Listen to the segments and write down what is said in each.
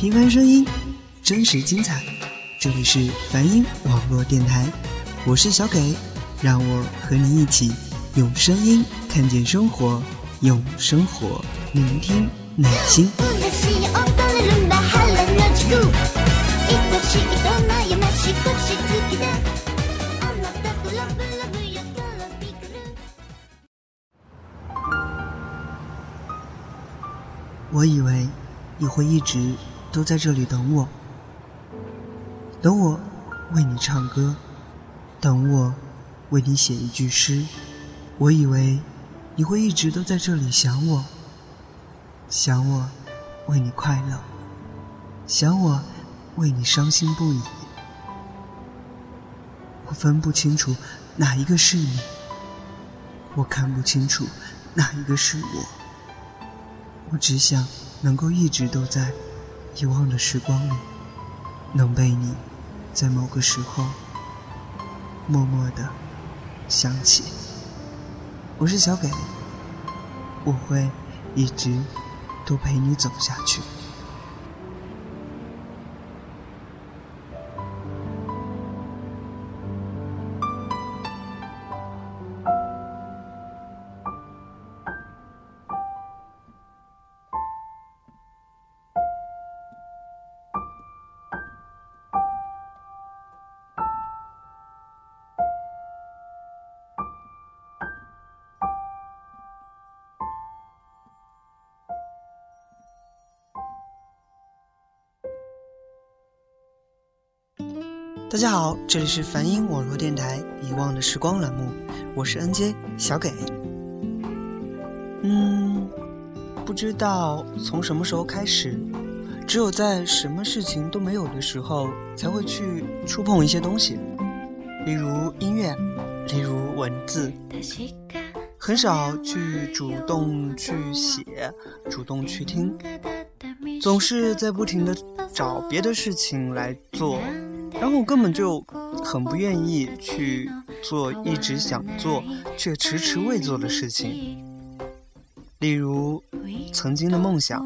平凡声音，真实精彩。这里是梵音网络电台，我是小给，让我和你一起用声音看见生活，用生活聆听内心。我以为你会一直都在这里等我，等我为你唱歌，等我为你写一句诗。我以为你会一直都在这里想我，想我为你快乐，想我为你伤心不已。我分不清楚哪一个是你，我看不清楚哪一个是我。我只想能够一直都在遗忘的时光里，能被你在某个时候默默地想起。我是小给，我会一直都陪你走下去。大家好，这里是梵音网络电台遗忘的时光栏目，我是 NJ 小给。不知道从什么时候开始，只有在什么事情都没有的时候，才会去触碰一些东西，例如音乐，例如文字，很少去主动去写，主动去听，总是在不停地找别的事情来做，然后根本就很不愿意去做一直想做却迟迟未做的事情，例如曾经的梦想。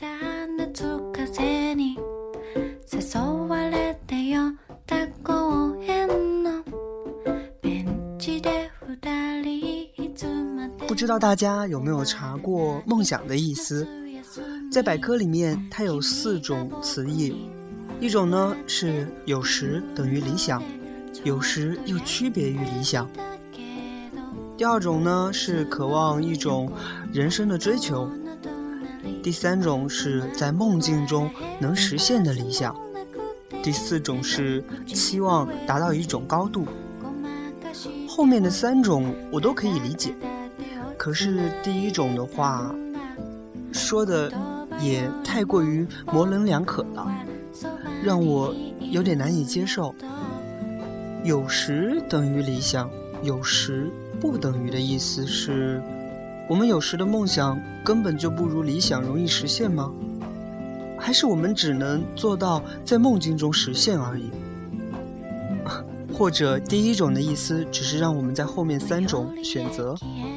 不知道大家有没有查过梦想的意思？在百科里面它有4种词义，一种呢是有时等于理想，有时又区别于理想。第2种呢是渴望一种人生的追求。第3种是在梦境中能实现的理想。第4种是期望达到一种高度。后面的3种我都可以理解，可是第1种的话说的也太过于模棱两可了，让我有点难以接受。有时等于理想，有时不等于的意思是，我们有时的梦想根本就不如理想容易实现吗？还是我们只能做到在梦境中实现而已？或者第1种的意思只是让我们在后面3种选择？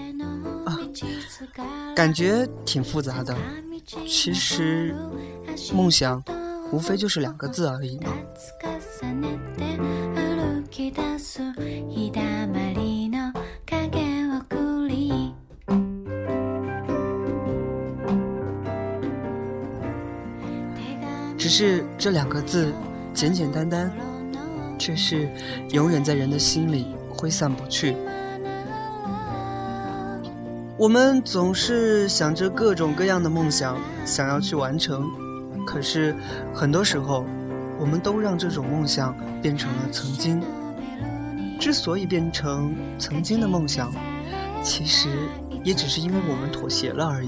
感觉挺复杂的。其实梦想无非就是2个字而已嘛。只是这2个字简简单单，却是永远在人的心里挥散不去。我们总是想着各种各样的梦想，想要去完成，可是很多时候我们都让这种梦想变成了曾经。之所以变成曾经的梦想，其实也只是因为我们妥协了而已。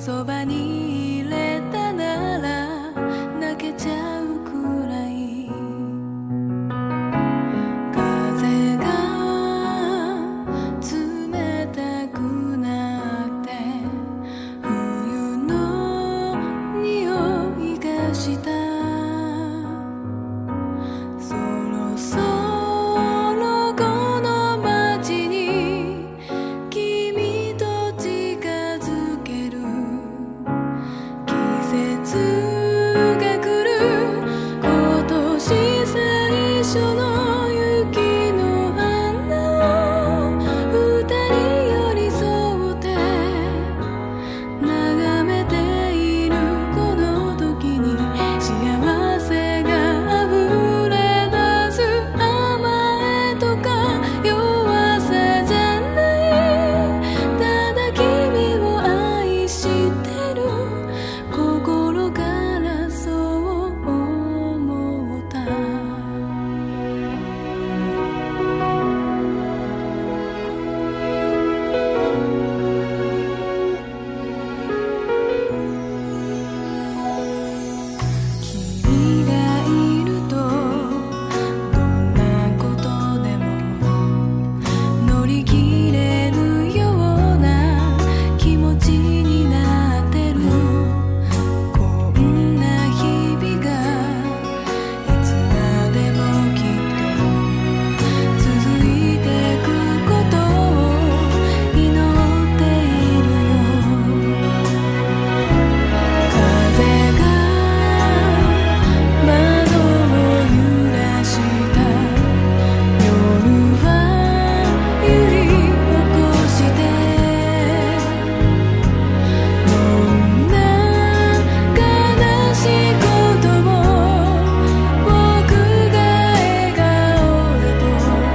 そばに入れたなら泣けちゃうくらい風が冷たくなって冬の匂いがしたそろそろこの街に君と近づける季節が来る今年最初の雪の花を二人寄り添って眺めているこの時に幸せが溢れ出す甘えとか弱さじゃないただ君を愛してる心からそう思った君がいるとどんなことでも乗り切れるような気持ちになってるこんな日々がいつまでもきっと続いてくことを祈っているよ風が窓を揺らした夜は揺り起こしてどんな悲しいことも僕が笑顔だと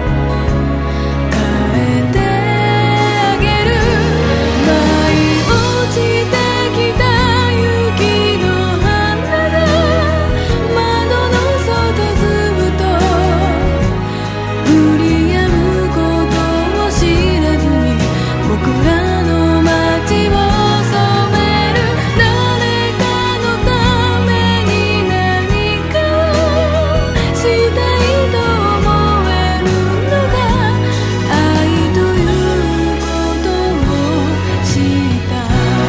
変えてあげる舞い落ちてきた雪の花が窓の外ずっと降り止むことを知らずに僕らの街を染める誰かのために何かをしたいと思えるのが愛ということを知った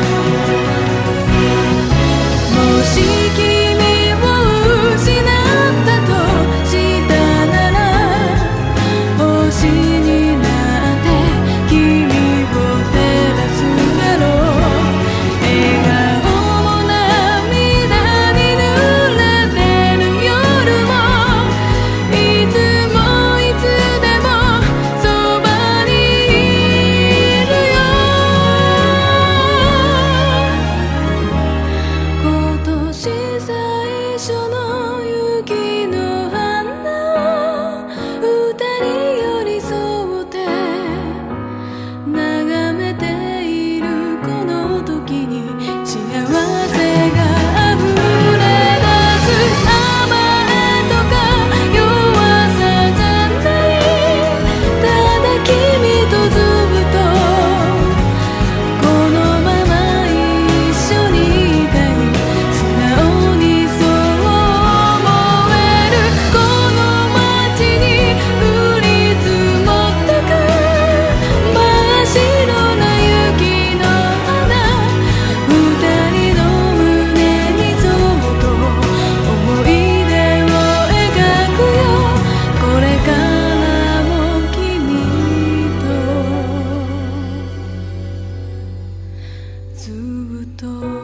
もし君を失ったとしたなら星になって君を照らすだろう笑顔も涙に濡れてる夜もいつもいつでもそばにいるよ今年最初の雪の花を二人寄り添って眺めているこの時に幸せが溢れ出す甘えとか弱さじゃないただ君とずっとこのまま一緒にいたい素直にそう思えるこの街に降り積もってく真っ白な雪の花二人の胸にそっと思い出を描くよこれからも君とずっと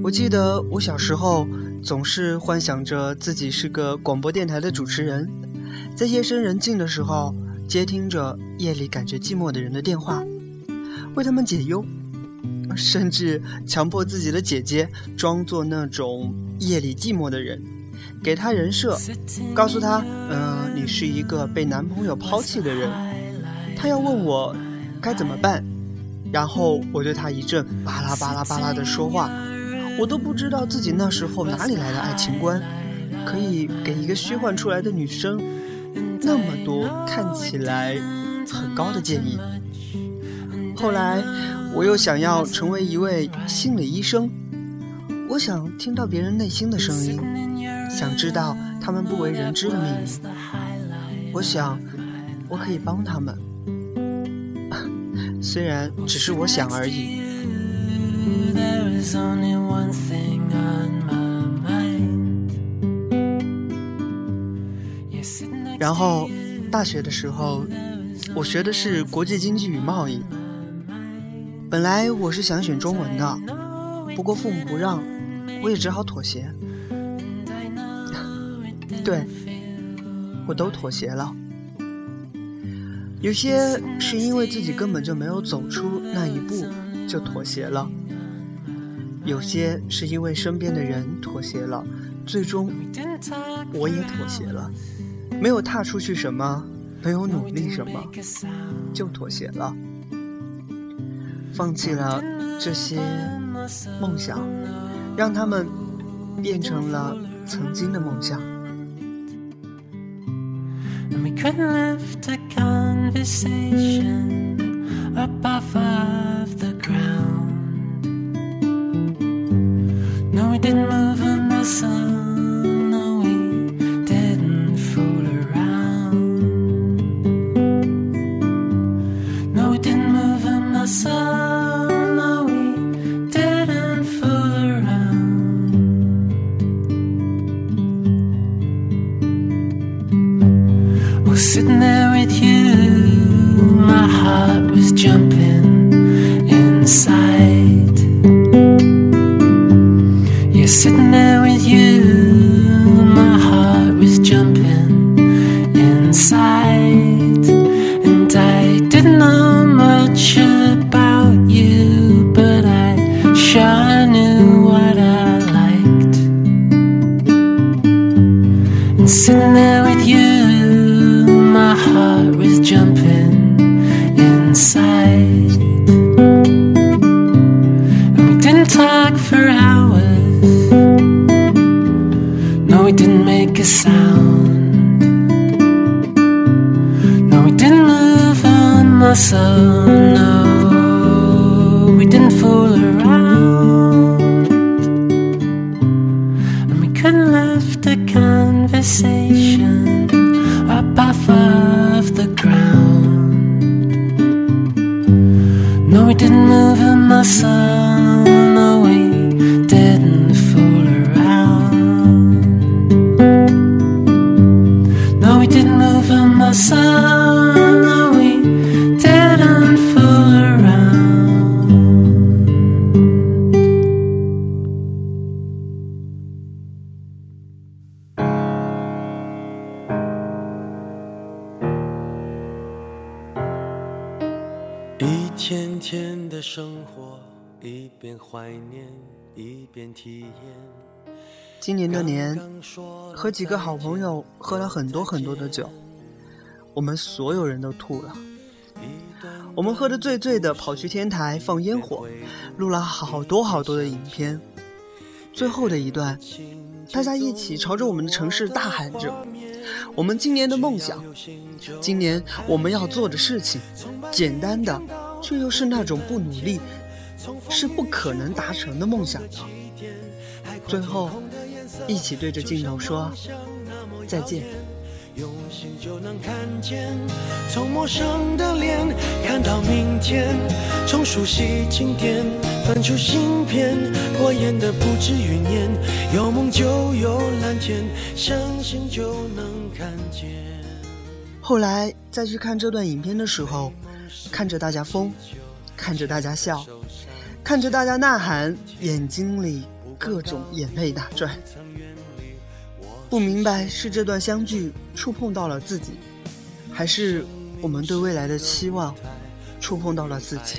我记得我小时候总是幻想着自己是个广播电台的主持人，在夜深人静的时候接听着夜里感觉寂寞的人的电话，为他们解忧，甚至强迫自己的姐姐装作那种夜里寂寞的人，给她人设，告诉她你是一个被男朋友抛弃的人，她要问我该怎么办，然后我对她一阵巴拉巴拉巴拉的说话，我都不知道自己那时候哪里来的爱情观，可以给一个虚幻出来的女生那么多看起来很高的建议。后来我又想要成为一位心理医生，我想听到别人内心的声音，想知道他们不为人知的秘密，我想我可以帮他们，虽然只是我想而已。然后大学的时候，我学的是国际经济与贸易，本来我是想选中文的，不过父母不让，我也只好妥协。对，我都妥协了。有些是因为自己根本就没有走出那一步就妥协了，有些是因为身边的人妥协了，最终我也妥协了，没有踏出去什么，没有努力什么，就妥协了，放弃了这些梦想，让他们变成了曾经的梦想。 And we couldn't lift a conversation up off of the ground. No, we didn't move a muscle. No, we didn't fool around. No, we didn't move a muscle. No, we didn't fool around. Sitting there with you, my heart was jumping inside. Yeah, sitting there with you, my heart was jumping inside. And I didn't know much about you, but I sure knew what I liked. And sitting there with you, my heart was jumping inside. And we didn't talk for hours. No, we didn't make a sound. No, we didn't move a muscle. No, we didn't fool around. And we couldn't lift a conversation up off of the ground. No, we didn't move a muscle. No, we didn't fool around. No, we didn't move a muscle. No, we didn't fool around. 一天天的生活，一边怀念一边体验。 今年的年，和几个好朋友喝了很多很多的酒，我们所有人都吐了。我们喝得醉醉的，跑去天台放烟火，录了好多好多的影片。最后的一段，大家一起朝着我们的城市大喊着我们今年的梦想，今年我们要做的事情，简单的却又是那种不努力是不可能达成的梦想的。最后一起对着镜头说再见。 用心就能看见，从陌生的脸看到明天，从熟悉经典翻出新篇，过眼的不止云烟，有梦就有蓝天，相信就能看见。 后来再去看这段影片的时候，看着大家疯，看着大家笑， 看着大家呐喊，眼睛里各种眼泪打转。不明白是这段相聚触碰到了自己，还是我们对未来的期望触碰到了自己。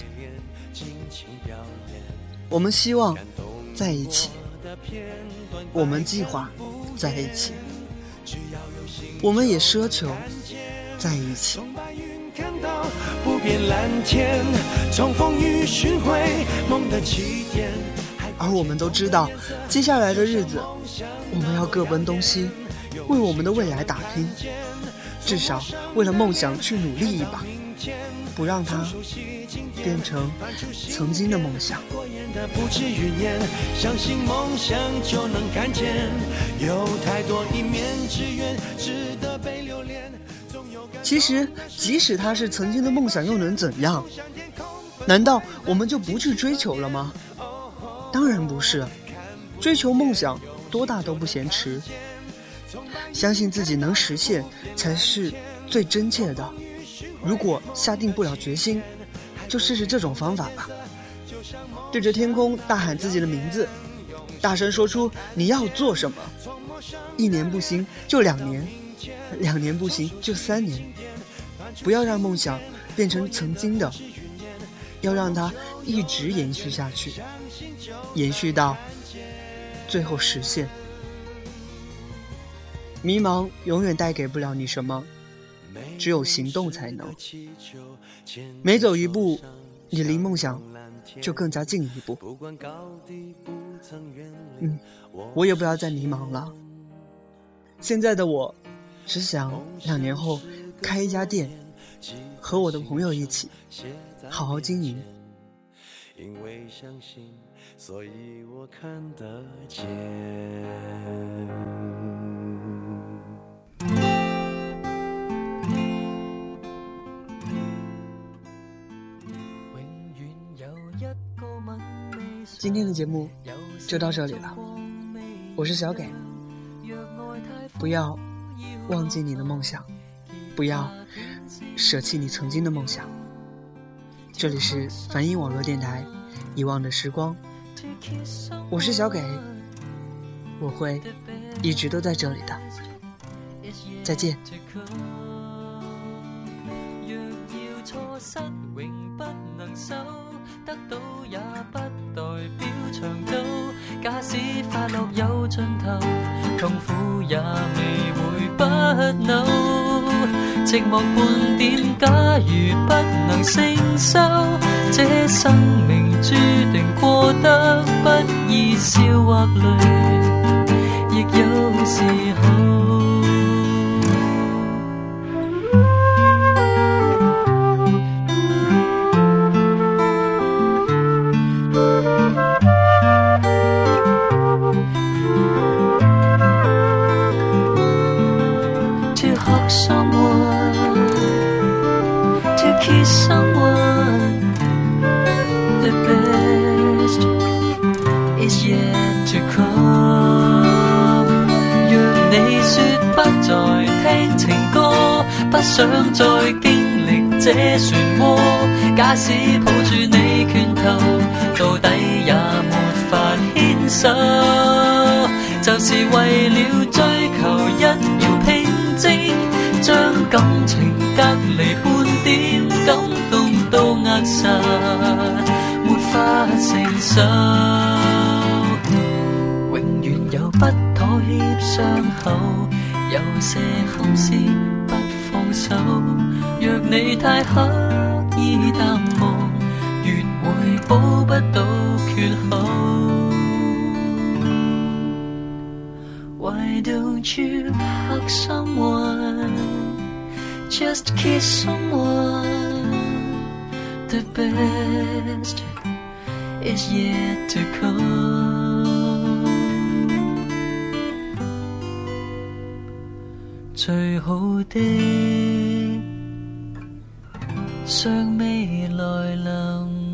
我们希望在一起，我们计划在一起，我们也奢求在一起。 不变蓝天，从风雨寻回梦的起点。 而我们都知道，接下来的日子我们要各奔东西，为我们的未来打拼，至少为了梦想去努力一把，不让它变成曾经的梦想。 不止语言，相信梦想就能看见，有太多一面之缘值得被留恋。 其实即使它是曾经的梦想又能怎样？难道我们就不去追求了吗？当然不是，追求梦想多大都不嫌迟，相信自己能实现才是最真切的。如果下定不了决心，就试试这种方法吧。对着天空大喊自己的名字，大声说出你要做什么。1年不行就2年，2年不行就3年。不要让梦想变成曾经的，要让它一直延续下去，延续到最后实现。迷茫永远带给不了你什么，只有行动才能。每走一步，你离梦想就更加近一步。我也不要再迷茫了。现在的我只想2年后开一家店，和我的朋友一起好好经营。 因为相信，所以我看得见。 今天的节目就到这里了，我是小给。不要忘记你的梦想，不要舍弃你曾经的梦想。这里是梵音网络电台遗忘的时光，我是小给，我会一直都在这里的。再见。若要錯失永不能收，得到也不代表長久。假使快樂有盡頭，痛苦也未會不朽。寂寞半點，假如不能承受，這生命注定過得不易，笑或淚，亦有時候。Someone, the best is yet to come。 若你說不再聽情歌，不想再經歷這漩渦，假使抱住你拳頭，到底也沒法牽手，就是為了追求一秒平靜，將感情隔離半點，感動到扼殺，沒法承受。永遠有不妥協傷口，有些心思不放手。若你太刻意淡忘，越會補不到缺口。Why don't you hug someone? Just kiss someone. The best is yet to come。 最好的尚未來臨。